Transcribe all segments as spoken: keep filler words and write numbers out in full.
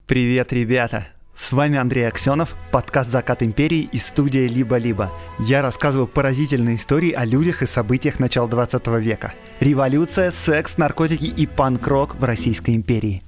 Привет, ребята! С вами Андрей Аксенов, подкаст «Закат империи» и студия «Либо-либо». Я рассказываю поразительные истории о людях и событиях начала двадцатого века. Революция, секс, наркотики и панк-рок в Российской империи.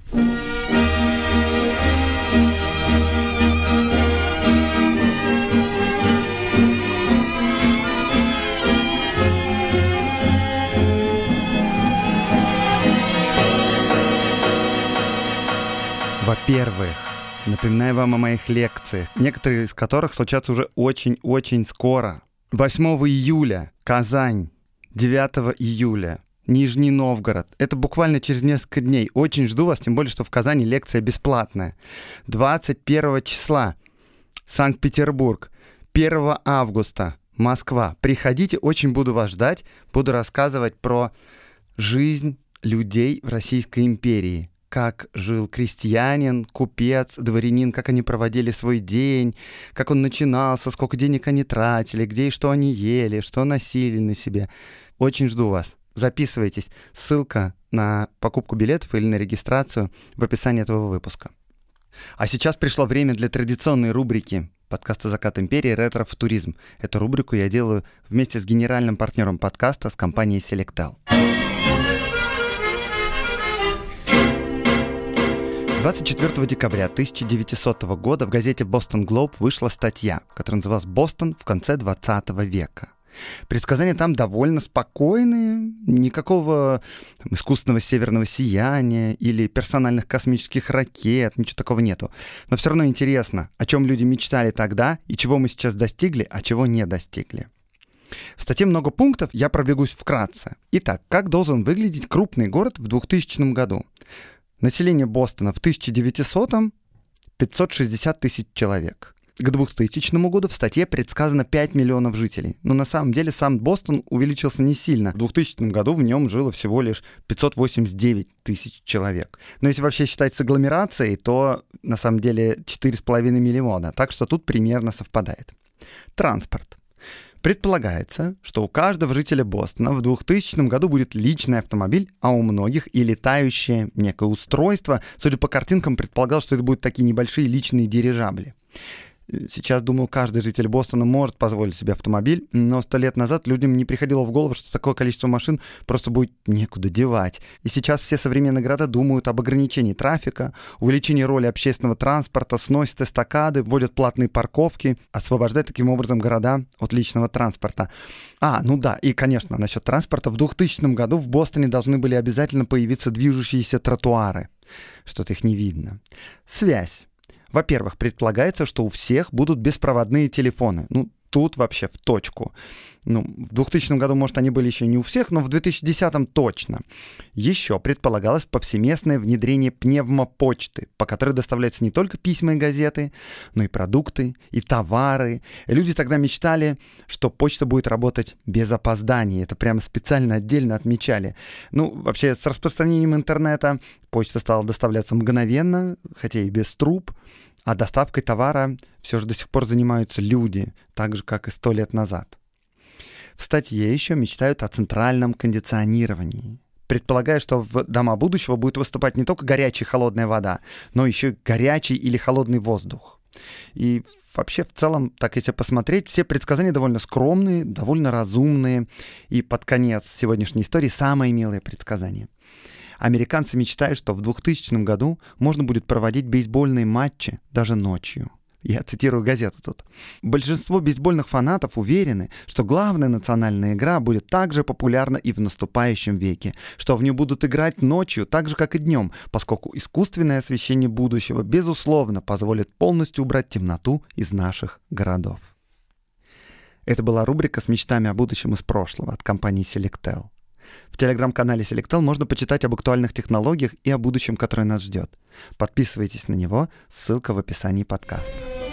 Во-первых, напоминаю вам о моих лекциях, некоторые из которых случатся уже очень-очень скоро. восьмого июля Казань, девятого июля Нижний Новгород. Это буквально через несколько дней. Очень жду вас, тем более, что в Казани лекция бесплатная. двадцать первого числа Санкт-Петербург, первого августа Москва. Приходите, очень буду вас ждать. Буду рассказывать про жизнь людей в Российской империи. Как жил крестьянин, купец, дворянин, как они проводили свой день, как он начинался, сколько денег они тратили, где и что они ели, что носили на себе. Очень жду вас. Записывайтесь. Ссылка на покупку билетов или на регистрацию в описании этого выпуска. А сейчас пришло время для традиционной рубрики подкаста «Закат империи. Ретро-футуризм». Эту рубрику я делаю вместе с генеральным партнером подкаста, с компанией Selectel. двадцать четвёртого декабря тысяча девятисотого года в газете «Бостон Глоб» вышла статья, которая называлась «Бостон в конце двадцатого века». Предсказания там довольно спокойные, никакого там, искусственного северного сияния или персональных космических ракет, ничего такого нету. Но все равно интересно, о чем люди мечтали тогда и чего мы сейчас достигли, а чего не достигли. В статье много пунктов, я пробегусь вкратце. Итак, как должен выглядеть крупный город в двухтысячном году? Население Бостона в тысяча девятисотом пятьсот шестьдесят тысяч человек. К двухтысячному году в статье предсказано пять миллионов жителей. Но на самом деле сам Бостон увеличился не сильно. В двухтысячном году в нем жило всего лишь пятьсот восемьдесят девять тысяч человек. Но если вообще считать с агломерацией, то на самом деле четыре с половиной миллиона. Так что тут примерно совпадает. Транспорт. Предполагается, что у каждого жителя Бостона в двухтысячном году будет личный автомобиль, а у многих и летающее некое устройство. Судя по картинкам, предполагалось, что это будут такие небольшие личные дирижабли. Сейчас, думаю, каждый житель Бостона может позволить себе автомобиль, но сто лет назад людям не приходило в голову, что такое количество машин просто будет некуда девать. И сейчас все современные города думают об ограничении трафика, увеличении роли общественного транспорта, сносят эстакады, вводят платные парковки, освобождая таким образом города от личного транспорта. А, ну да, и, конечно, насчет транспорта. В двухтысячном году в Бостоне должны были обязательно появиться движущиеся тротуары. Что-то их не видно. Связь. Во-первых, предполагается, что у всех будут беспроводные телефоны. Ну, тут вообще в точку. Ну, в двухтысячном году, может, они были еще не у всех, но в две тысячи десятом точно. Еще предполагалось повсеместное внедрение пневмопочты, по которой доставляются не только письма и газеты, но и продукты, и товары. И люди тогда мечтали, что почта будет работать без опозданий. Это прямо специально отдельно отмечали. Ну, вообще, с распространением интернета почта стала доставляться мгновенно, хотя и без труб. А доставкой товара все же до сих пор занимаются люди, так же, как и сто лет назад. В статье еще мечтают о центральном кондиционировании. Предполагая, что в дома будущего будет выступать не только горячая и холодная вода, но еще и горячий или холодный воздух. И вообще, в целом, так если посмотреть, все предсказания довольно скромные, довольно разумные. И под конец сегодняшней истории самое милое предсказание. Американцы мечтают, что в двухтысячном году можно будет проводить бейсбольные матчи даже ночью. Я цитирую газету тут. Большинство бейсбольных фанатов уверены, что главная национальная игра будет также популярна и в наступающем веке, что в нее будут играть ночью так же, как и днем, поскольку искусственное освещение будущего, безусловно, позволит полностью убрать темноту из наших городов. Это была рубрика с мечтами о будущем из прошлого от компании Selectel. В телеграм-канале Selectel можно почитать об актуальных технологиях и о будущем, которое нас ждет. Подписывайтесь на него, ссылка в описании подкаста.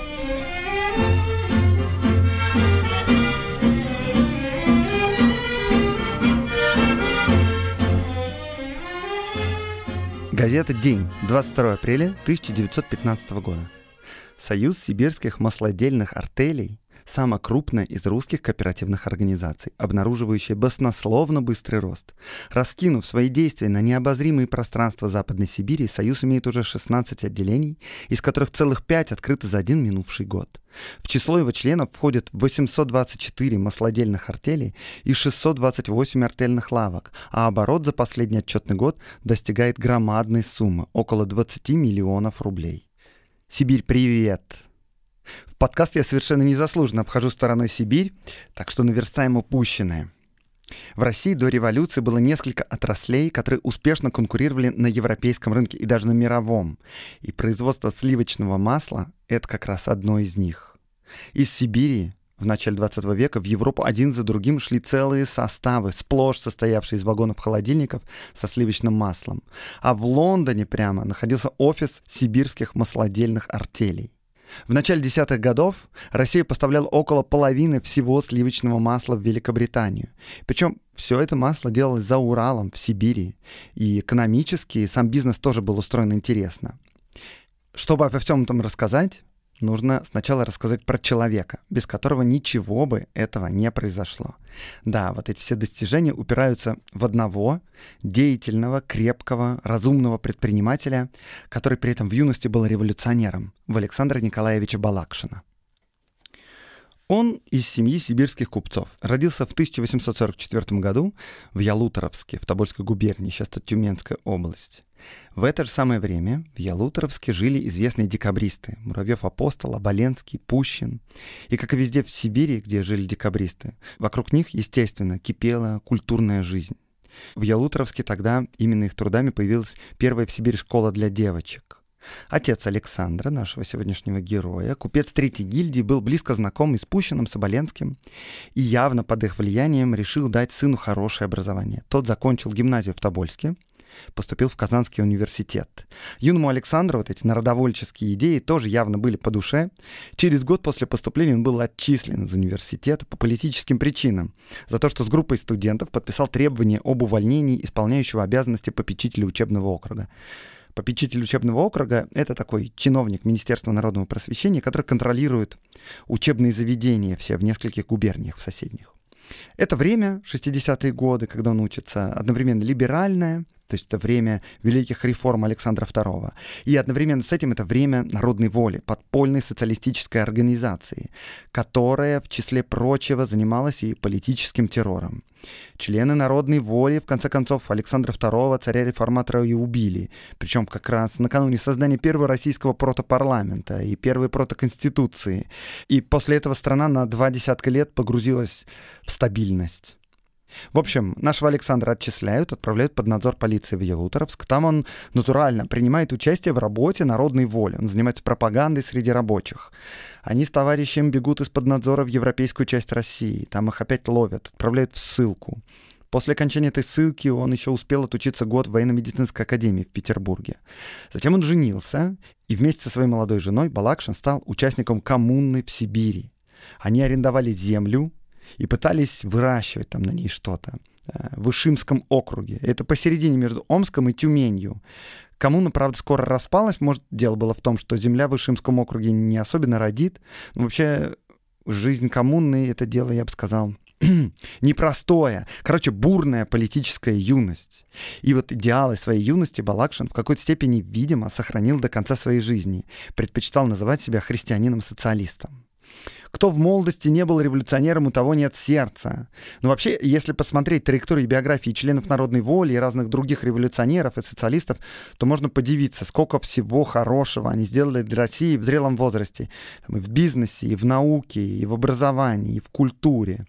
Газета «День», двадцать второго апреля тысяча девятьсот пятнадцатого года. Союз сибирских маслодельных артелей самая крупная из русских кооперативных организаций, обнаруживающая баснословно быстрый рост. Раскинув свои действия на необозримые пространства Западной Сибири, Союз имеет уже шестнадцать отделений, из которых целых пять открыты за один минувший год. В число его членов входят восемьсот двадцать четыре маслодельных артелей и шестьсот двадцать восемь артельных лавок, а оборот за последний отчетный год достигает громадной суммы – около двадцать миллионов рублей. Сибирь, привет! В подкаст я совершенно незаслуженно обхожу стороной Сибирь, так что наверстаем упущенное. В России до революции было несколько отраслей, которые успешно конкурировали на европейском рынке и даже на мировом. И производство сливочного масла – это как раз одно из них. Из Сибири в начале двадцатого века в Европу один за другим шли целые составы, сплошь состоявшие из вагонов-холодильников со сливочным маслом. А в Лондоне прямо находился офис сибирских маслодельных артелей. В начале десятых годов Россия поставляла около половины всего сливочного масла в Великобританию. Причем все это масло делалось за Уралом, в Сибири. И экономически сам бизнес тоже был устроен интересно. Чтобы обо всем этом рассказать, нужно сначала рассказать про человека, без которого ничего бы этого не произошло. Да, вот эти все достижения упираются в одного деятельного, крепкого, разумного предпринимателя, который при этом в юности был революционером, в Александра Николаевича Балакшина. Он из семьи сибирских купцов. Родился в тысяча восемьсот сорок четвёртом году в Ялуторовске, в Тобольской губернии, сейчас это Тюменская область. В это же самое время в Ялуторовске жили известные декабристы. Муравьев-Апостол, Оболенский, Пущин. И как и везде в Сибири, где жили декабристы, вокруг них, естественно, кипела культурная жизнь. В Ялуторовске тогда именно их трудами появилась первая в Сибири школа для девочек. Отец Александра, нашего сегодняшнего героя, купец третьей гильдии, был близко знаком и с Пущиным, с Оболенским, и явно под их влиянием решил дать сыну хорошее образование. Тот закончил гимназию в Тобольске, поступил в Казанский университет. Юному Александру вот эти народовольческие идеи тоже явно были по душе. Через год после поступления он был отчислен из университета по политическим причинам за то, что с группой студентов подписал требования об увольнении исполняющего обязанности попечителя учебного округа. Попечитель учебного округа — это такой чиновник Министерства народного просвещения, который контролирует учебные заведения все в нескольких губерниях в соседних. Это время, шестидесятые годы, когда он учится, одновременно либеральное, то есть это время великих реформ Александра второго. И одновременно с этим это время народной воли, подпольной социалистической организации, которая, в числе прочего, занималась и политическим террором. Члены народной воли, в конце концов, Александра второго, царя-реформатора, и убили. Причем как раз накануне создания первого российского протопарламента и первой протоконституции. И после этого страна на два десятка лет погрузилась в стабильность. В общем, нашего Александра отчисляют, отправляют под надзор полиции в Ялуторовск. Там он натурально принимает участие в работе народной воли. Он занимается пропагандой среди рабочих. Они с товарищем бегут из-под надзора в европейскую часть России. Там их опять ловят, отправляют в ссылку. После окончания этой ссылки он еще успел отучиться год в военно-медицинской академии в Петербурге. Затем он женился, и вместе со своей молодой женой Балакшин стал участником коммуны в Сибири. Они арендовали землю и пытались выращивать там на ней что-то в Ишимском округе. Это посередине между Омском и Тюменью. Коммуна, правда, скоро распалась. Может, дело было в том, что земля в Ишимском округе не особенно родит. Но вообще жизнь коммуны — это дело, я бы сказал, непростое. Короче, бурная политическая юность. И вот идеалы своей юности Балакшин в какой-то степени, видимо, сохранил до конца своей жизни. Предпочитал называть себя христианином-социалистом. Кто в молодости не был революционером, у того нет сердца. Но вообще, если посмотреть траектории биографии членов народной воли и разных других революционеров и социалистов, то можно подивиться, сколько всего хорошего они сделали для России в зрелом возрасте. Там и в бизнесе, и в науке, и в образовании, и в культуре.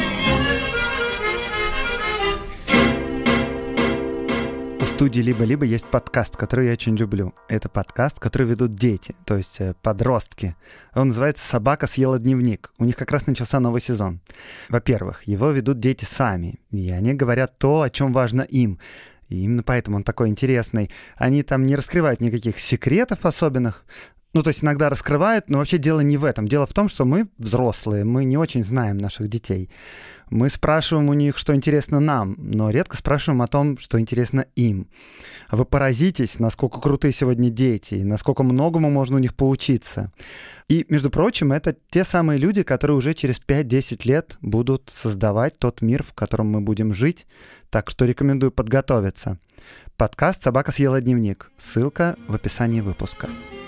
В студии «Либо-либо» есть подкаст, который я очень люблю. Это подкаст, который ведут дети, то есть подростки. Он называется «Собака съела дневник». У них как раз начался новый сезон. Во-первых, его ведут дети сами, и они говорят то, о чем важно им. И именно поэтому он такой интересный. Они там не раскрывают никаких секретов особенных, Ну, то есть иногда раскрывают, но вообще дело не в этом. Дело в том, что мы взрослые, мы не очень знаем наших детей. Мы спрашиваем у них, что интересно нам, но редко спрашиваем о том, что интересно им. Вы поразитесь, насколько крутые сегодня дети, и насколько многому можно у них поучиться. И, между прочим, это те самые люди, которые уже через пять-десять лет будут создавать тот мир, в котором мы будем жить. Так что рекомендую подготовиться. Подкаст «Собака съела дневник». Ссылка в описании выпуска.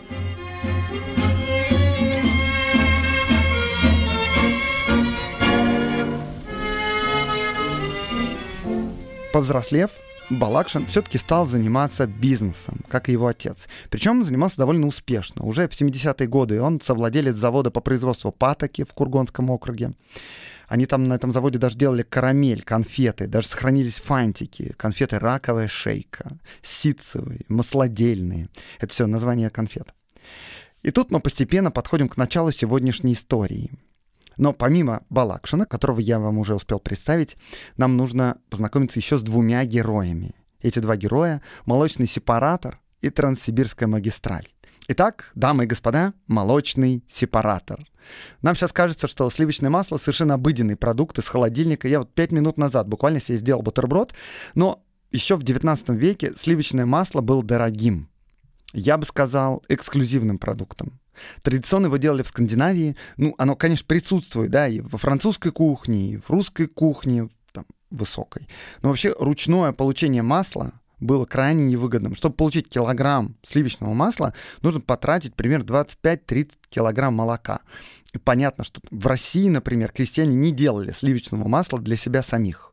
Повзрослев, Балакшин все-таки стал заниматься бизнесом, как и его отец. Причем он занимался довольно успешно. Уже в семидесятые годы он совладелец завода по производству патоки в Курганском округе. Они там на этом заводе даже делали карамель, конфеты, даже сохранились фантики, конфеты раковая шейка, ситцевые, маслодельные. Это все название конфет. И тут мы постепенно подходим к началу сегодняшней истории. Но помимо Балакшина, которого я вам уже успел представить, нам нужно познакомиться еще с двумя героями. Эти два героя — молочный сепаратор и Транссибирская магистраль. Итак, дамы и господа, молочный сепаратор. Нам сейчас кажется, что сливочное масло — совершенно обыденный продукт из холодильника. Я вот пять минут назад буквально себе сделал бутерброд, но еще в девятнадцатом веке сливочное масло было дорогим. Я бы сказал, эксклюзивным продуктом. Традиционно его делали в Скандинавии. Ну, оно, конечно, присутствует, да, и во французской кухне, и в русской кухне, там, высокой. Но вообще ручное получение масла было крайне невыгодным. Чтобы получить килограмм сливочного масла, нужно потратить примерно двадцать пять-тридцать килограмм молока. И понятно, что в России, например, крестьяне не делали сливочного масла для себя самих.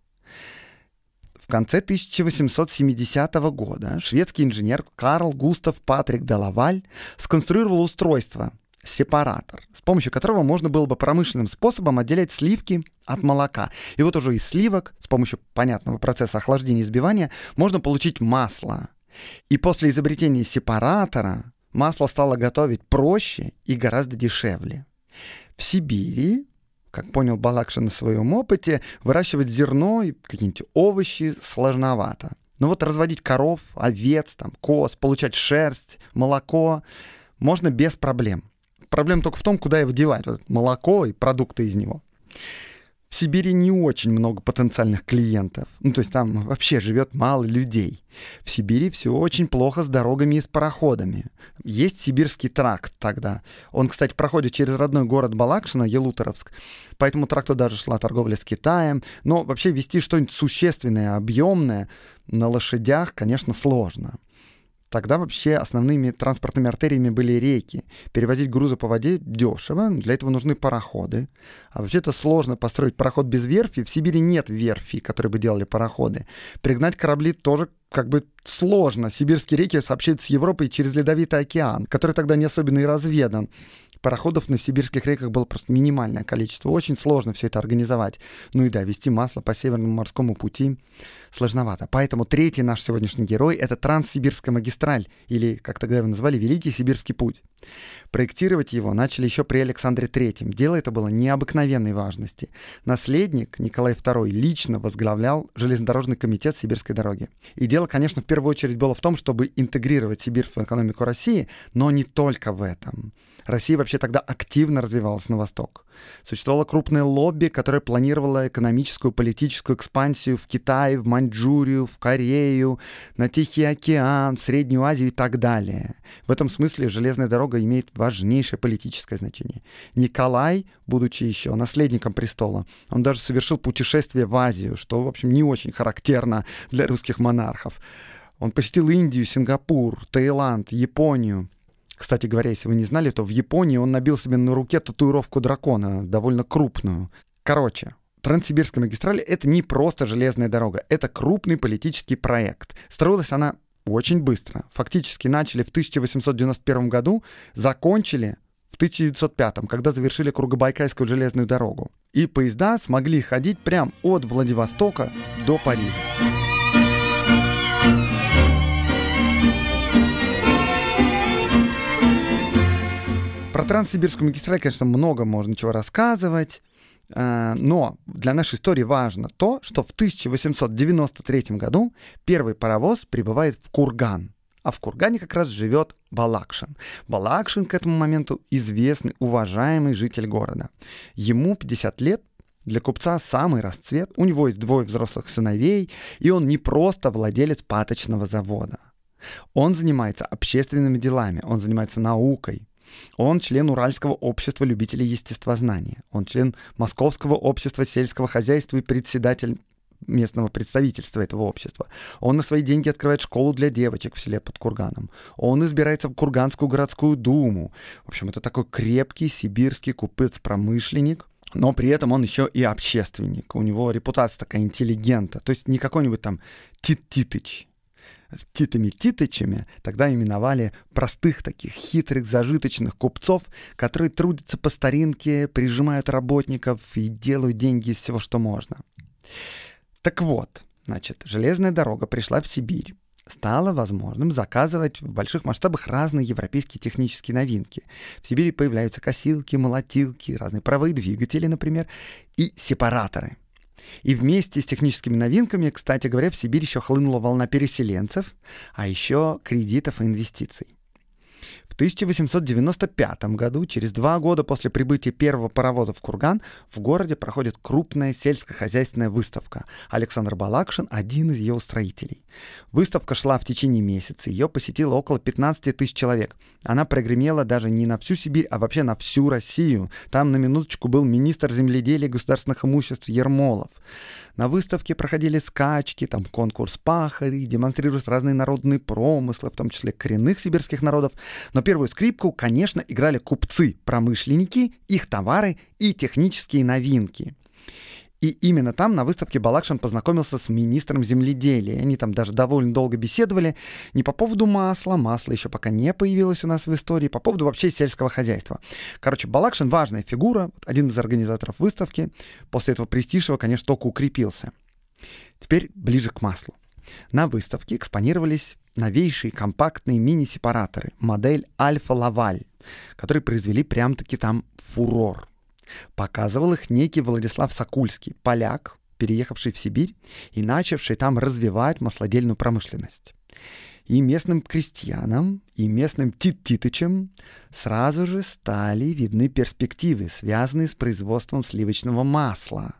В конце тысяча восемьсот семидесятого года шведский инженер Карл Густав Патрик де Лаваль сконструировал устройство сепаратор, с помощью которого можно было бы промышленным способом отделять сливки от молока. И вот уже из сливок, с помощью понятного процесса охлаждения и взбивания, можно получить масло. И после изобретения сепаратора масло стало готовить проще и гораздо дешевле. В Сибири, как понял Балакшин на своем опыте, выращивать зерно и какие-нибудь овощи сложновато. Но вот разводить коров, овец, там, коз, получать шерсть, молоко можно без проблем. Проблема только в том, куда его девать, вот молоко и продукты из него. В Сибири не очень много потенциальных клиентов. Ну, то есть там вообще живет мало людей. В Сибири все очень плохо с дорогами и с пароходами. Есть Сибирский тракт тогда. Он, кстати, проходит через родной город Балакшина, Елуторовск. По этому тракту даже шла торговля с Китаем. Но вообще везти что-нибудь существенное, объемное на лошадях, конечно, сложно. Тогда вообще основными транспортными артериями были реки. Перевозить грузы по воде дешево, для этого нужны пароходы. А вообще-то сложно построить пароход без верфи. В Сибири нет верфи, которые бы делали пароходы. Пригнать корабли тоже как бы сложно. Сибирские реки сообщают с Европой через Ледовитый океан, который тогда не особенно и разведан. Пароходов на сибирских реках было просто минимальное количество. Очень сложно все это организовать. Ну и да, везти масло по Северному морскому пути сложновато. Поэтому третий наш сегодняшний герой — это Транссибирская магистраль, или, как тогда его назвали, Великий Сибирский путь. Проектировать его начали еще при Александре Третьем. Дело это было необыкновенной важности. Наследник Николай Второй лично возглавлял железнодорожный комитет Сибирской дороги. И дело, конечно, в первую очередь было в том, чтобы интегрировать Сибирь в экономику России, но не только в этом. Россия вообще тогда активно развивалась на восток. Существовало крупное лобби, которое планировало экономическую, политическую экспансию в Китай, в Маньчжурию, в Корею, на Тихий океан, в Среднюю Азию и так далее. В этом смысле железная дорога имеет важнейшее политическое значение. Николай, будучи еще наследником престола, он даже совершил путешествие в Азию, что, в общем, не очень характерно для русских монархов. Он посетил Индию, Сингапур, Таиланд, Японию. Кстати говоря, если вы не знали, то в Японии он набил себе на руке татуировку дракона, довольно крупную. Короче, Транссибирская магистраль — это не просто железная дорога, это крупный политический проект. Строилась она очень быстро. Фактически начали в тысяча восемьсот девяносто первом году, закончили в тысяча девятьсот пятом, когда завершили Кругобайкальскую железную дорогу. И поезда смогли ходить прямо от Владивостока до Парижа. Про Транссибирскую магистраль, конечно, много можно чего рассказывать, но для нашей истории важно то, что в тысяча восемьсот девяносто третьем году первый паровоз прибывает в Курган. А в Кургане как раз живет Балакшин. Балакшин к этому моменту известный, уважаемый житель города. Ему пятьдесят лет, для купца самый расцвет, у него есть двое взрослых сыновей, и он не просто владелец паточного завода. Он занимается общественными делами, он занимается наукой. Он член Уральского общества любителей естествознания. Он член Московского общества сельского хозяйства и председатель местного представительства этого общества. Он на свои деньги открывает школу для девочек в селе под Курганом. Он избирается в Курганскую городскую думу. В общем, это такой крепкий сибирский купец-промышленник, но при этом он еще и общественник. У него репутация такая интеллигента. То есть не какой-нибудь там Тит-Титыч. Титами-титычами тогда именовали простых таких хитрых, зажиточных купцов, которые трудятся по старинке, прижимают работников и делают деньги из всего, что можно. Так вот, значит, железная дорога пришла в Сибирь. Стало возможным заказывать в больших масштабах разные европейские технические новинки. В Сибири появляются косилки, молотилки, разные паровые двигатели, например, и сепараторы. И вместе с техническими новинками, кстати говоря, в Сибирь еще хлынула волна переселенцев, а еще кредитов и инвестиций. В тысяча восемьсот девяносто пятом году, через два года после прибытия первого паровоза в Курган, в городе проходит крупная сельскохозяйственная выставка. Александр Балакшин – один из ее устроителей. Выставка шла в течение месяца, ее посетило около пятнадцать тысяч человек. Она прогремела даже не на всю Сибирь, а вообще на всю Россию. Там на минуточку был министр земледелия и государственных имуществ Ермолов. На выставке проходили скачки, там конкурс пахарей, демонстрируют разные народные промыслы, в том числе коренных сибирских народов. Но первую скрипку, конечно, играли купцы, промышленники, их товары и технические новинки. И именно там, на выставке, Балакшин познакомился с министром земледелия. Они там даже довольно долго беседовали не по поводу масла, масло еще пока не появилось у нас в истории, по поводу вообще сельского хозяйства. Короче, Балакшин важная фигура, один из организаторов выставки. После этого престиж его, конечно, только укрепился. Теперь ближе к маслу. На выставке экспонировались новейшие компактные мини-сепараторы, модель Альфа-Лаваль, которые произвели прям-таки там фурор. Показывал их некий Владислав Сокульский, поляк, переехавший в Сибирь и начавший там развивать маслодельную промышленность. И местным крестьянам, и местным тит-титычам сразу же стали видны перспективы, связанные с производством сливочного масла.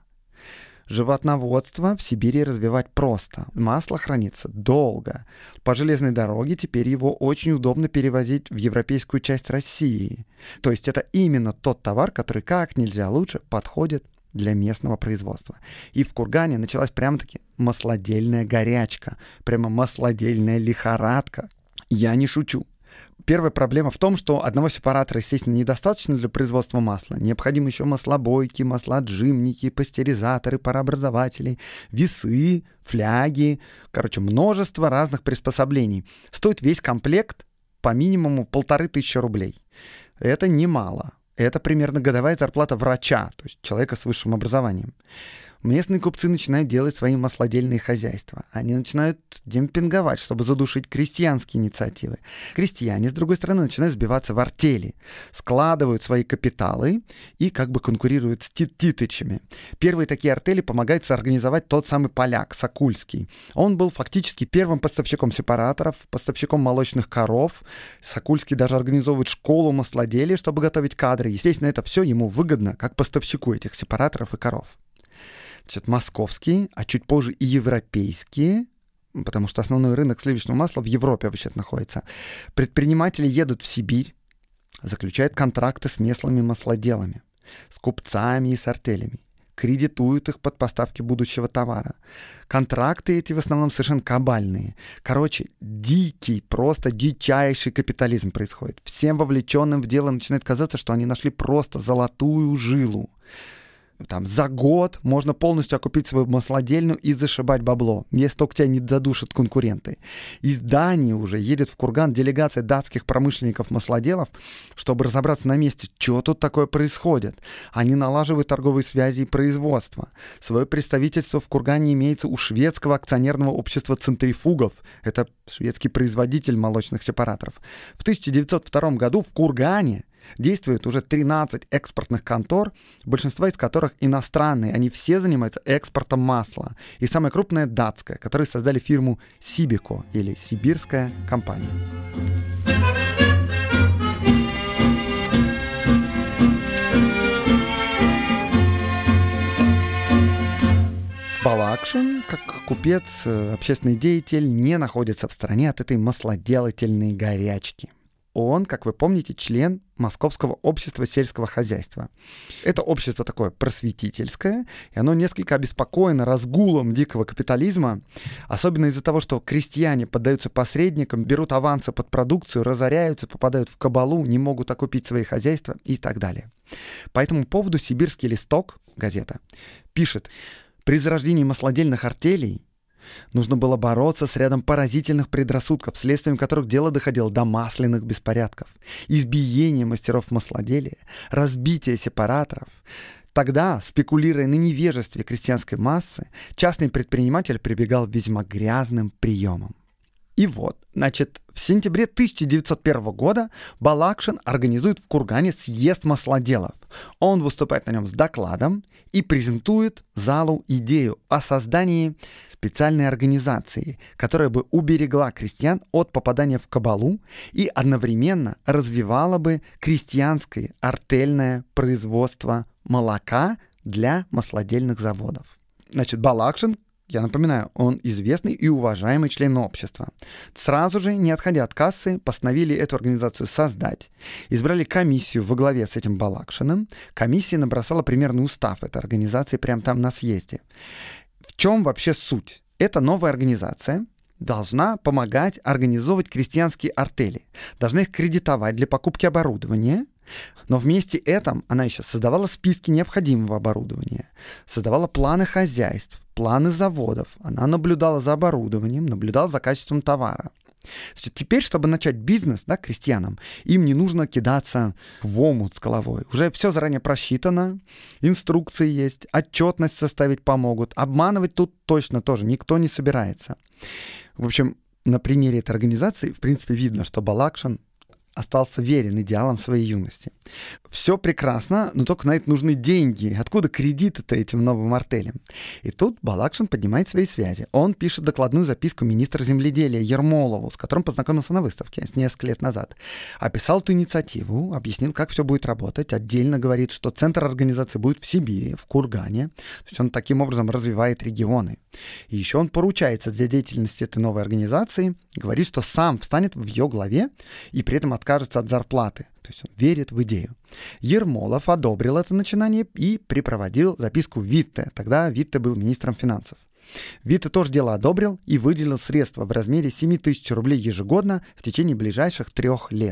Животноводство в Сибири развивать просто. Масло хранится долго. По железной дороге теперь его очень удобно перевозить в европейскую часть России. То есть это именно тот товар, который как нельзя лучше подходит для местного производства. И в Кургане началась прямо-таки маслодельная горячка. Прямо маслодельная лихорадка. Я не шучу. Первая проблема в том, что одного сепаратора, естественно, недостаточно для производства масла. Необходимы еще маслобойки, масла-отжимники, пастеризаторы, парообразователи, весы, фляги. Короче, множество разных приспособлений. Стоит весь комплект по минимуму полторы тысячи рублей. Это немало. Это примерно годовая зарплата врача, то есть человека с высшим образованием. Местные купцы начинают делать свои маслодельные хозяйства. Они начинают демпинговать, чтобы задушить крестьянские инициативы. Крестьяне, с другой стороны, начинают сбиваться в артели, складывают свои капиталы и как бы конкурируют с тит-титычами. Первые такие артели помогает соорганизовать тот самый поляк, Сокульский. Он был фактически первым поставщиком сепараторов, поставщиком молочных коров. Сокульский даже организовывает школу маслоделия, чтобы готовить кадры. Естественно, это все ему выгодно, как поставщику этих сепараторов и коров. Значит, московские, а чуть позже и европейские, потому что основной рынок сливочного масла в Европе вообще-то находится. Предприниматели едут в Сибирь, заключают контракты с местными маслоделами, с купцами и с артелями, кредитуют их под поставки будущего товара. Контракты эти в основном совершенно кабальные. Короче, дикий, просто дичайший капитализм происходит. Всем вовлеченным в дело начинает казаться, что они нашли просто золотую жилу. Там, за год можно полностью окупить свою маслодельную и зашибать бабло, если только тебя не задушат конкуренты. Из Дании уже едет в Курган делегация датских промышленников-маслоделов, чтобы разобраться на месте, что тут такое происходит. Они налаживают торговые связи и производство. Свое представительство в Кургане имеется у шведского акционерного общества «Центрифугов». Это шведский производитель молочных сепараторов. В тысяча девятьсот втором году в Кургане Действует уже тринадцать экспортных контор, большинство из которых иностранные. Они все занимаются экспортом масла. И самая крупная датская, которые создали фирму Сибико или Сибирская компания. Балакшин, как купец, общественный деятель, не находится в стороне от этой маслоделательной горячки. Он, как вы помните, член Московского общества сельского хозяйства. Это общество такое просветительское, и оно несколько обеспокоено разгулом дикого капитализма, особенно из-за того, что крестьяне поддаются посредникам, берут авансы под продукцию, разоряются, попадают в кабалу, не могут окупить свои хозяйства и так далее. По этому поводу «Сибирский листок», газета, пишет: «При зарождении маслодельных артелей нужно было бороться с рядом поразительных предрассудков, следствием которых дело доходило до масляных беспорядков, избиения мастеров маслоделия, разбития сепараторов. Тогда, спекулируя на невежестве крестьянской массы, частный предприниматель прибегал к весьма грязным приемам». И вот, значит, в сентябре тысяча девятьсот первого года Балакшин организует в Кургане съезд маслоделов. Он выступает на нем с докладом и презентует залу идею о создании специальной организации, которая бы уберегла крестьян от попадания в кабалу и одновременно развивала бы крестьянское артельное производство молока для маслодельных заводов. Значит, Балакшин, я напоминаю, он известный и уважаемый член общества. Сразу же, не отходя от кассы, постановили эту организацию создать. Избрали комиссию во главе с этим Балакшиным. Комиссия набросала примерный устав этой организации прямо там на съезде. В чем вообще суть? Эта новая организация должна помогать организовывать крестьянские артели, должна их кредитовать для покупки оборудования. Но вместе этом она еще создавала списки необходимого оборудования, создавала планы хозяйств, планы заводов, она наблюдала за оборудованием, наблюдала за качеством товара. Значит, теперь, чтобы начать бизнес, да, крестьянам, им не нужно кидаться в омут с головой. Уже все заранее просчитано, инструкции есть, отчетность составить помогут. Обманывать тут точно тоже никто не собирается. В общем, на примере этой организации, в принципе, видно, что Балакшин остался верен идеалам своей юности. Все прекрасно, но только на это нужны деньги. Откуда кредиты-то этим новым артелям? И тут Балакшин поднимает свои связи. Он пишет докладную записку министра земледелия Ермолову, с которым познакомился на выставке несколько лет назад. Описал эту инициативу, объяснил, как все будет работать. Отдельно говорит, что центр организации будет в Сибири, в Кургане. То есть он таким образом развивает регионы. И еще он поручается за деятельность этой новой организации, говорит, что сам встанет в ее главе и при этом откажется от зарплаты. То есть он верит в идею. Ермолов одобрил это начинание и припроводил записку Витте. Тогда Витте был министром финансов. Витте тоже дело одобрил и выделил средства в размере семь тысяч рублей ежегодно в течение ближайших трех лет.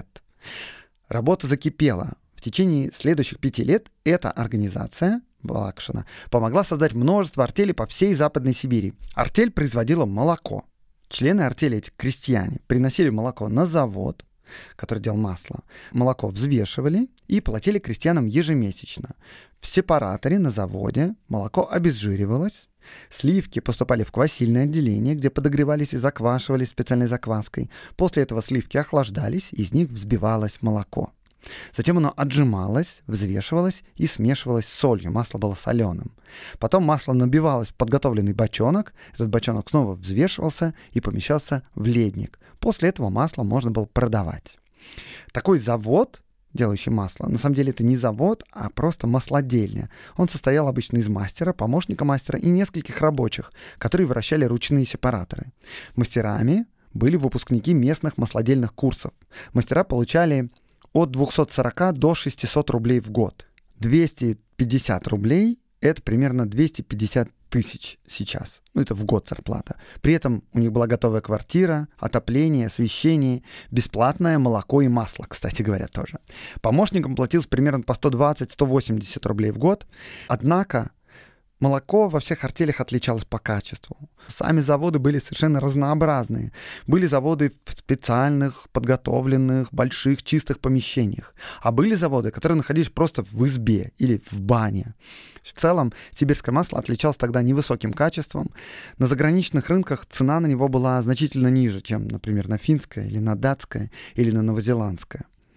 Работа закипела. В течение следующих пяти лет эта организация Балакшина помогла создать множество артелей по всей Западной Сибири. Артель производила молоко. Члены артели, эти крестьяне, приносили молоко на завод, который делал масло. Молоко взвешивали и платили крестьянам ежемесячно. В сепараторе на заводе молоко обезжиривалось, сливки поступали в квасильное отделение, где подогревались и заквашивались специальной закваской. После этого сливки охлаждались, из них взбивалось молоко. Затем оно отжималось, взвешивалось и смешивалось с солью. Масло было соленым. Потом масло набивалось в подготовленный бочонок. Этот бочонок снова взвешивался и помещался в ледник. После этого масло можно было продавать. Такой завод, делающий масло, на самом деле это не завод, а просто маслодельня. Он состоял обычно из мастера, помощника мастера и нескольких рабочих, которые вращали ручные сепараторы. Мастерами были выпускники местных маслодельных курсов. Мастера получали от двухсот сорока до шестисот рублей в год. двести пятьдесят рублей — это примерно двести пятьдесят тысяч сейчас. Ну, это в год зарплата. При этом у них была готовая квартира, отопление, освещение, бесплатное молоко и масло, кстати говоря, тоже. Помощникам платилось примерно по сто двадцать - сто восемьдесят рублей в год. Однако молоко во всех артелях отличалось по качеству. Сами заводы были совершенно разнообразные. Были заводы в специальных, подготовленных, больших, чистых помещениях. А были заводы, которые находились просто в избе или в бане. В целом, сибирское масло отличалось тогда невысоким качеством. На заграничных рынках цена на него была значительно ниже, чем, например, на финское или на датское или на новозеландское.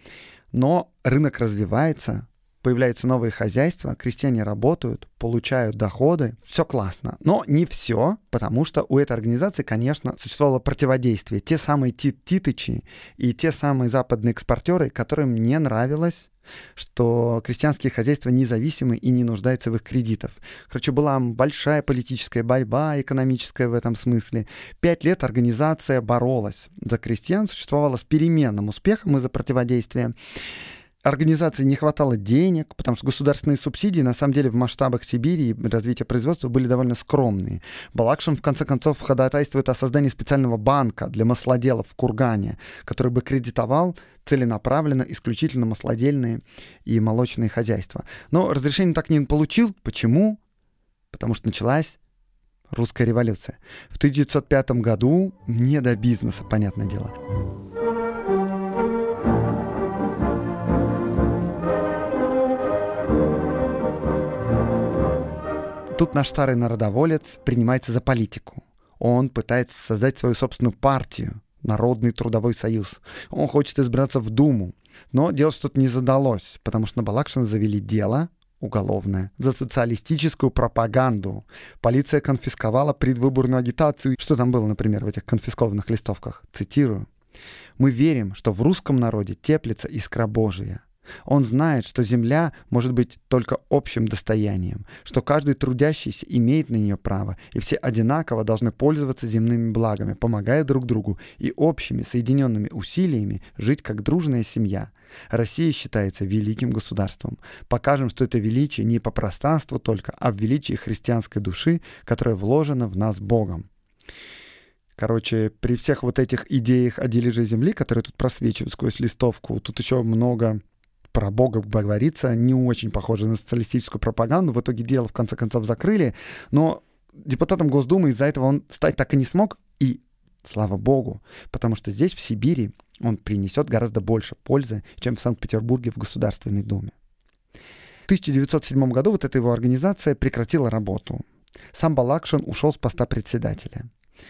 Но рынок развивается, появляются новые хозяйства, крестьяне работают, получают доходы, все классно. Но не все, потому что у этой организации, конечно, существовало противодействие. Те самые титычи и те самые западные экспортеры, которым не нравилось, что крестьянские хозяйства независимы и не нуждаются в их кредитах. Короче, была большая политическая борьба, экономическая в этом смысле. Пять лет организация боролась за крестьян, существовала с переменным успехом из-за противодействия. Организации не хватало денег, потому что государственные субсидии, на самом деле, в масштабах Сибири и развития производства были довольно скромные. Балакшин, в конце концов, ходатайствует о создании специального банка для маслоделов в Кургане, который бы кредитовал целенаправленно исключительно маслодельные и молочные хозяйства. Но разрешение так не получил. Почему? Потому что началась русская революция. В тысяча девятьсот пятом году не до бизнеса, понятное дело. Тут наш старый народоволец принимается за политику. Он пытается создать свою собственную партию, Народный трудовой союз. Он хочет избраться в Думу. Но дело что-то не задалось, потому что на Балакшина завели дело уголовное за социалистическую пропаганду. Полиция конфисковала предвыборную агитацию. Что там было, например, в этих конфискованных листовках? Цитирую. «Мы верим, что в русском народе теплится искра Божия. Он знает, что земля может быть только общим достоянием, что каждый трудящийся имеет на нее право, и все одинаково должны пользоваться земными благами, помогая друг другу и общими соединенными усилиями жить как дружная семья. Россия считается великим государством. Покажем, что это величие не по пространству только, а в величии христианской души, которая вложена в нас Богом». Короче, при всех вот этих идеях о дележе земли, которые тут просвечивают сквозь листовку, тут еще много про Бога говорится, не очень похоже на социалистическую пропаганду. В итоге дело в конце концов закрыли, но депутатом Госдумы из-за этого он стать так и не смог, и слава Богу, потому что здесь, в Сибири, он принесет гораздо больше пользы, чем в Санкт-Петербурге в Государственной Думе. В тысяча девятьсот седьмом году вот эта его организация прекратила работу. Сам Балакшин ушел с поста председателя.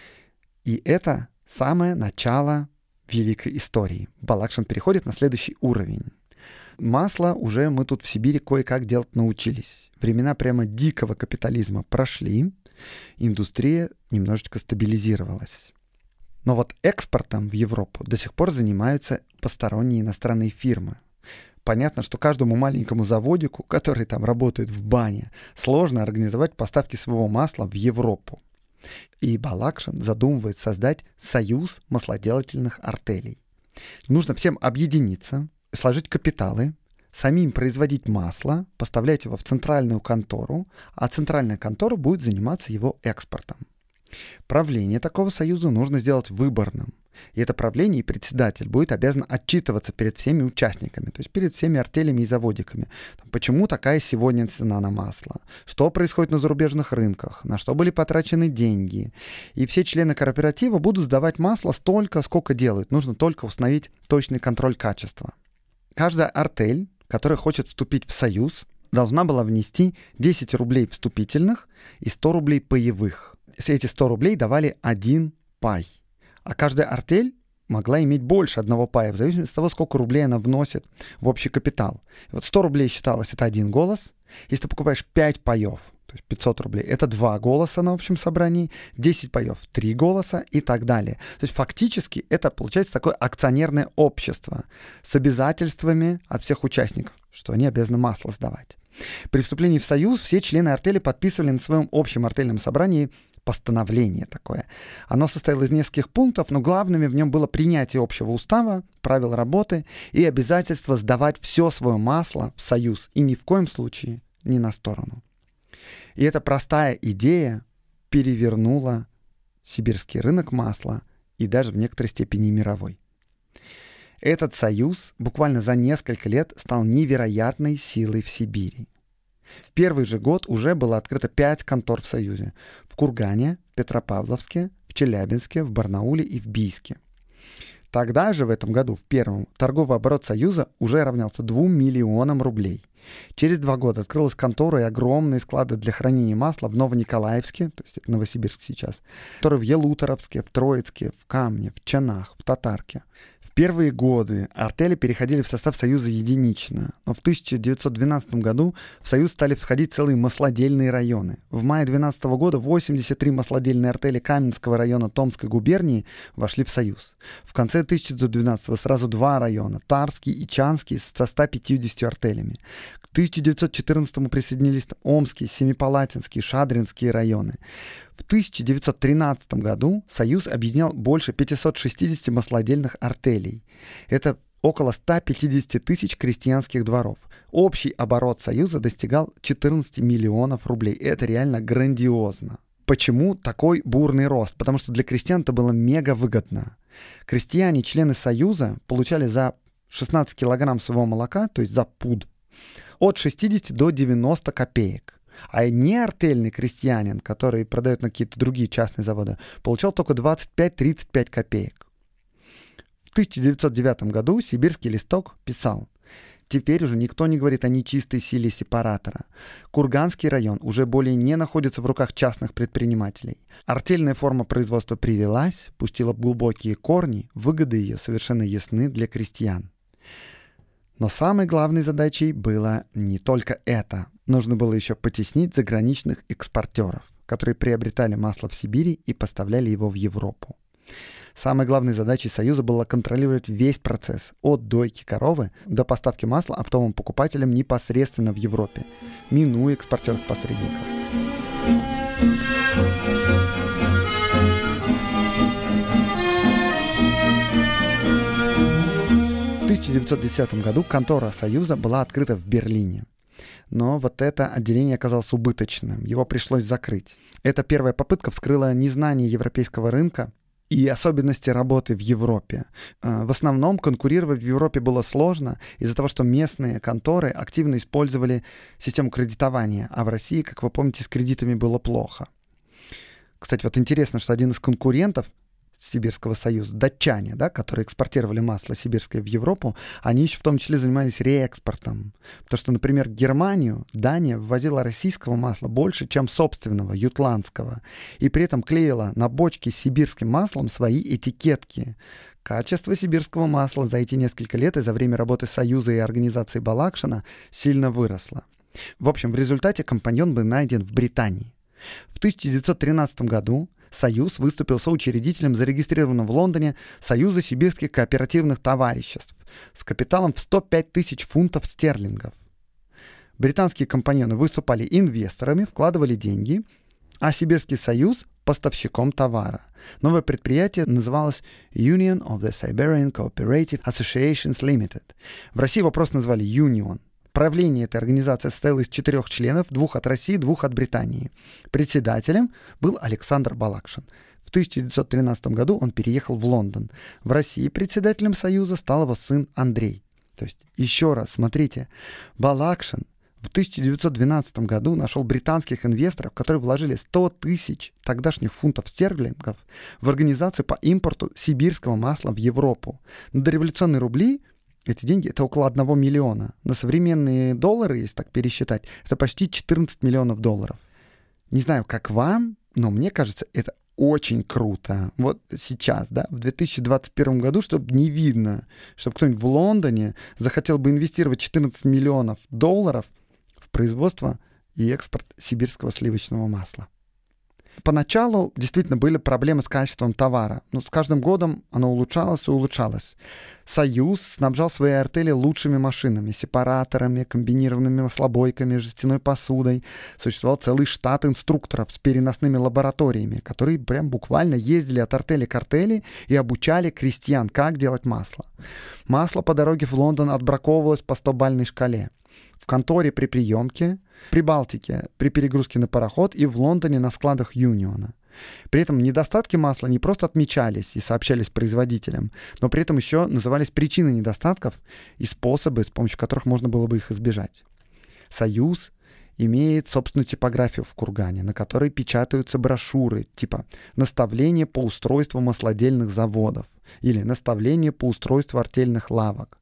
И это самое начало великой истории. Балакшин переходит на следующий уровень. Масло уже мы тут в Сибири кое-как делать научились. Времена прямо дикого капитализма прошли, индустрия немножечко стабилизировалась. Но вот экспортом в Европу до сих пор занимаются посторонние иностранные фирмы. Понятно, что каждому маленькому заводику, который там работает в бане, сложно организовать поставки своего масла в Европу. И Балакшин задумывает создать союз маслоделательных артелей. Нужно всем объединиться, сложить капиталы, самим производить масло, поставлять его в центральную контору, а центральная контора будет заниматься его экспортом. Правление такого союза нужно сделать выборным. И это правление и председатель будет обязан отчитываться перед всеми участниками, то есть перед всеми артелями и заводиками. Почему такая сегодня цена на масло? Что происходит на зарубежных рынках? На что были потрачены деньги? И все члены кооператива будут сдавать масло столько, сколько делают. Нужно только установить точный контроль качества. Каждая артель, которая хочет вступить в союз, должна была внести десять рублей вступительных и сто рублей паевых. Эти сто рублей давали один пай. А каждая артель могла иметь больше одного пая, в зависимости от того, сколько рублей она вносит в общий капитал. И вот сто рублей считалось, это один голос. Если ты покупаешь пять паев, то есть пятьсот рублей, это два голоса на общем собрании, десять паев, три голоса и так далее. То есть фактически это получается такое акционерное общество с обязательствами от всех участников, что они обязаны масло сдавать. При вступлении в союз все члены артели подписывали на своем общем артельном собрании постановление такое. Оно состояло из нескольких пунктов, но главными в нем было принятие общего устава, правил работы и обязательство сдавать все свое масло в союз и ни в коем случае не на сторону. И эта простая идея перевернула сибирский рынок масла и даже в некоторой степени мировой. Этот союз буквально за несколько лет стал невероятной силой в Сибири. В первый же год уже было открыто пять контор в Союзе. В Кургане, в Петропавловске, в Челябинске, в Барнауле и в Бийске. Тогда же, в этом году, в первом, торговый оборот Союза уже равнялся двум миллионам рублей. Через два года открылась контора и огромные склады для хранения масла в Новониколаевске, то есть это Новосибирск сейчас, которые в Елуторовске, в Троицке, в Камне, в Чанах, в Татарке. В В первые годы артели переходили в состав Союза единично, но в тысяча девятьсот двенадцатом году в Союз стали входить целые маслодельные районы. В мае две тысячи двенадцатого года восемьдесят три маслодельные артели Каменского района Томской губернии вошли в Союз. В конце тысяча девятьсот двенадцатого года сразу два района, Тарский и Чанский, со ста пятьюдесятью артелями. К тысяча девятьсот четырнадцатому присоединились Омский, Семипалатинский, Шадринские районы. В тысяча девятьсот тринадцатом году Союз объединял больше пятисот шестидесяти маслодельных артелей. Это около ста пятидесяти тысяч крестьянских дворов. Общий оборот Союза достигал четырнадцати миллионов рублей. Это реально грандиозно. Почему такой бурный рост? Потому что для крестьян это было мега выгодно. Крестьяне, члены Союза, получали за шестнадцать килограмм своего молока, то есть за пуд, от шестидесяти до девяноста копеек. А не артельный крестьянин, который продает на какие-то другие частные заводы, получал только двадцать пять - тридцать пять копеек. В тысяча девятьсот девятом году «Сибирский листок» писал: «Теперь уже никто не говорит о нечистой силе сепаратора. Курганский район уже более не находится в руках частных предпринимателей. Артельная форма производства привелась, пустила глубокие корни, выгоды ее совершенно ясны для крестьян». Но самой главной задачей было не только это. Нужно было еще потеснить заграничных экспортеров, которые приобретали масло в Сибири и поставляли его в Европу. Самой главной задачей Союза было контролировать весь процесс от дойки коровы до поставки масла оптовым покупателям непосредственно в Европе, минуя экспортеров-посредников. В тысяча девятьсот десятом году контора Союза была открыта в Берлине. Но вот это отделение оказалось убыточным, его пришлось закрыть. Эта первая попытка вскрыла незнание европейского рынка и особенности работы в Европе. В основном конкурировать в Европе было сложно из-за того, что местные конторы активно использовали систему кредитования, а в России, как вы помните, с кредитами было плохо. Кстати, вот интересно, что один из конкурентов Сибирского союза, датчане, да, которые экспортировали масло сибирское в Европу, они еще в том числе занимались реэкспортом. Потому что, например, в Германию Дания ввозила российского масла больше, чем собственного, ютландского. И при этом клеила на бочки с сибирским маслом свои этикетки. Качество сибирского масла за эти несколько лет и за время работы Союза и организации Балакшина сильно выросло. В общем, в результате компаньон был найден в Британии. В тысяча девятьсот тринадцатом году Союз выступил соучредителем зарегистрированного в Лондоне Союза сибирских кооперативных товариществ с капиталом в сто пять тысяч фунтов стерлингов. Британские компаньоны выступали инвесторами, вкладывали деньги, а Сибирский союз – поставщиком товара. Новое предприятие называлось Union of the Siberian Cooperative Associations Limited. В России его просто назвали Union. Правление этой организации состояло из четырех членов, двух от России, двух от Британии. Председателем был Александр Балакшин. В тысяча девятьсот тринадцатом году он переехал в Лондон. В России председателем Союза стал его сын Андрей. То есть, еще раз, смотрите, Балакшин в тысяча девятьсот двенадцатом году нашел британских инвесторов, которые вложили сто тысяч тогдашних фунтов стерлингов в организацию по импорту сибирского масла в Европу. На дореволюционные рубли эти деньги — это около одного миллиона. На современные доллары, если так пересчитать, это почти четырнадцать миллионов долларов. Не знаю, как вам, но мне кажется, это очень круто. Вот сейчас, да, в две тысячи двадцать первом году, чтобы не видно, чтобы кто-нибудь в Лондоне захотел бы инвестировать четырнадцать миллионов долларов в производство и экспорт сибирского сливочного масла. Поначалу действительно были проблемы с качеством товара, но с каждым годом оно улучшалось и улучшалось. Союз снабжал свои артели лучшими машинами, сепараторами, комбинированными маслобойками, жестяной посудой. Существовал целый штат инструкторов с переносными лабораториями, которые прям буквально ездили от артели к артели и обучали крестьян, как делать масло. Масло по дороге в Лондон отбраковывалось по сто-бальной шкале. В конторе при приемке, при Балтике при перегрузке на пароход и в Лондоне на складах Юниона. При этом недостатки масла не просто отмечались и сообщались производителям, но при этом еще назывались причины недостатков и способы, с помощью которых можно было бы их избежать. Союз имеет собственную типографию в Кургане, на которой печатаются брошюры типа «Наставление по устройству маслодельных заводов» или «Наставление по устройству артельных лавок».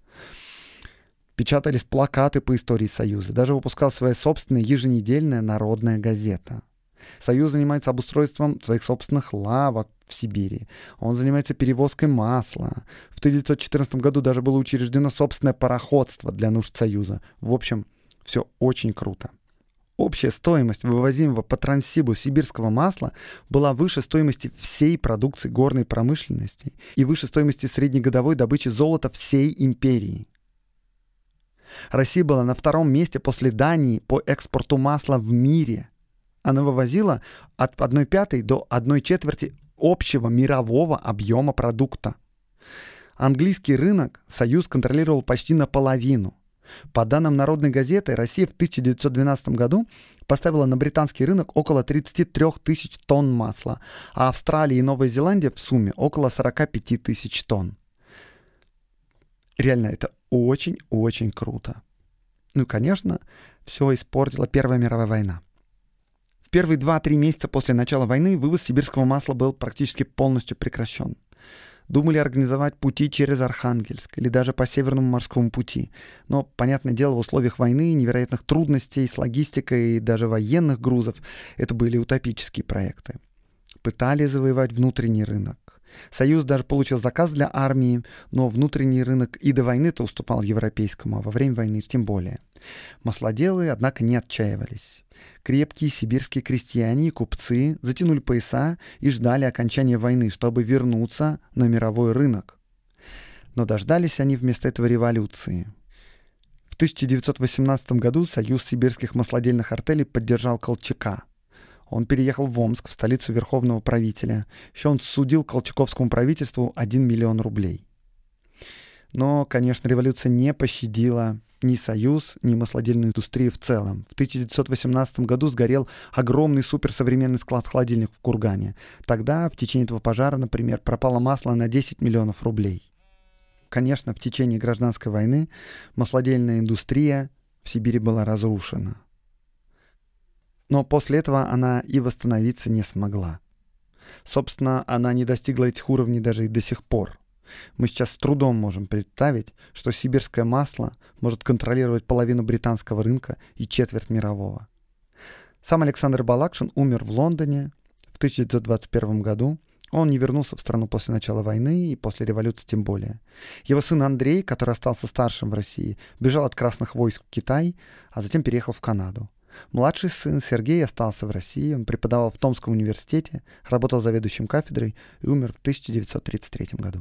Печатались плакаты по истории Союза. Даже выпускала своя собственная еженедельная народная газета. Союз занимается обустройством своих собственных лавок в Сибири. Он занимается перевозкой масла. В тысяча девятьсот четырнадцатом году даже было учреждено собственное пароходство для нужд Союза. В общем, все очень круто. Общая стоимость вывозимого по Транссибу сибирского масла была выше стоимости всей продукции горной промышленности и выше стоимости среднегодовой добычи золота всей империи. Россия была на втором месте после Дании по экспорту масла в мире. Она вывозила от одной пятой до одной четверти общего мирового объема продукта. Английский рынок Союз контролировал почти наполовину. По данным Народной газеты, Россия в тысяча девятьсот двенадцатом году поставила на британский рынок около тридцать три тысячи тонн масла, а Австралия и Новая Зеландия в сумме около сорок пять тысяч тонн. Реально, это очень-очень круто. Ну и, конечно, все испортила Первая мировая война. В первые два-три месяца после начала войны вывоз сибирского масла был практически полностью прекращен. Думали организовать пути через Архангельск или даже по Северному морскому пути. Но, понятное дело, в условиях войны, невероятных трудностей с логистикой и даже военных грузов это были утопические проекты. Пытались завоевать внутренний рынок. Союз даже получил заказ для армии, но внутренний рынок и до войны-то уступал европейскому, а во время войны тем более. Маслоделы, однако, не отчаивались. Крепкие сибирские крестьяне и купцы затянули пояса и ждали окончания войны, чтобы вернуться на мировой рынок. Но дождались они вместо этого революции. В тысяча девятьсот восемнадцатом году Союз сибирских маслодельных артелей поддержал Колчака. Он переехал в Омск, в столицу верховного правителя. Еще он судил колчаковскому правительству один миллион рублей. Но, конечно, революция не пощадила ни Союз, ни маслодельную индустрию в целом. В тысяча девятьсот восемнадцатом году сгорел огромный суперсовременный склад-холодильник в Кургане. Тогда в течение этого пожара, например, пропало масло на десять миллионов рублей. Конечно, в течение гражданской войны маслодельная индустрия в Сибири была разрушена. Но после этого она и восстановиться не смогла. Собственно, она не достигла этих уровней даже и до сих пор. Мы сейчас с трудом можем представить, что сибирское масло может контролировать половину британского рынка и четверть мирового. Сам Александр Балакшин умер в Лондоне в тысяча девятьсот двадцать первом году. Он не вернулся в страну после начала войны и после революции тем более. Его сын Андрей, который остался старшим в России, бежал от красных войск в Китай, а затем переехал в Канаду. Младший сын Сергей остался в России, он преподавал в Томском университете, работал заведующим кафедрой и умер в тысяча девятьсот тридцать третьем году.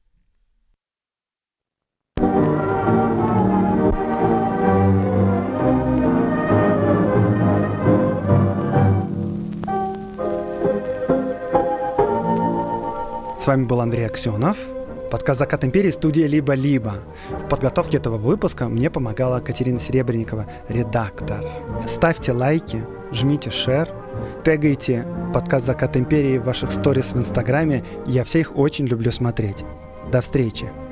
С вами был Андрей Аксенов. Подкаст «Закат империи», студия «Либо-либо». В подготовке этого выпуска мне помогала Катерина Серебренникова, редактор. Ставьте лайки, жмите шер, тегайте подкаст «Закат империи» в ваших сторис в Инстаграме. Я все их очень люблю смотреть. До встречи!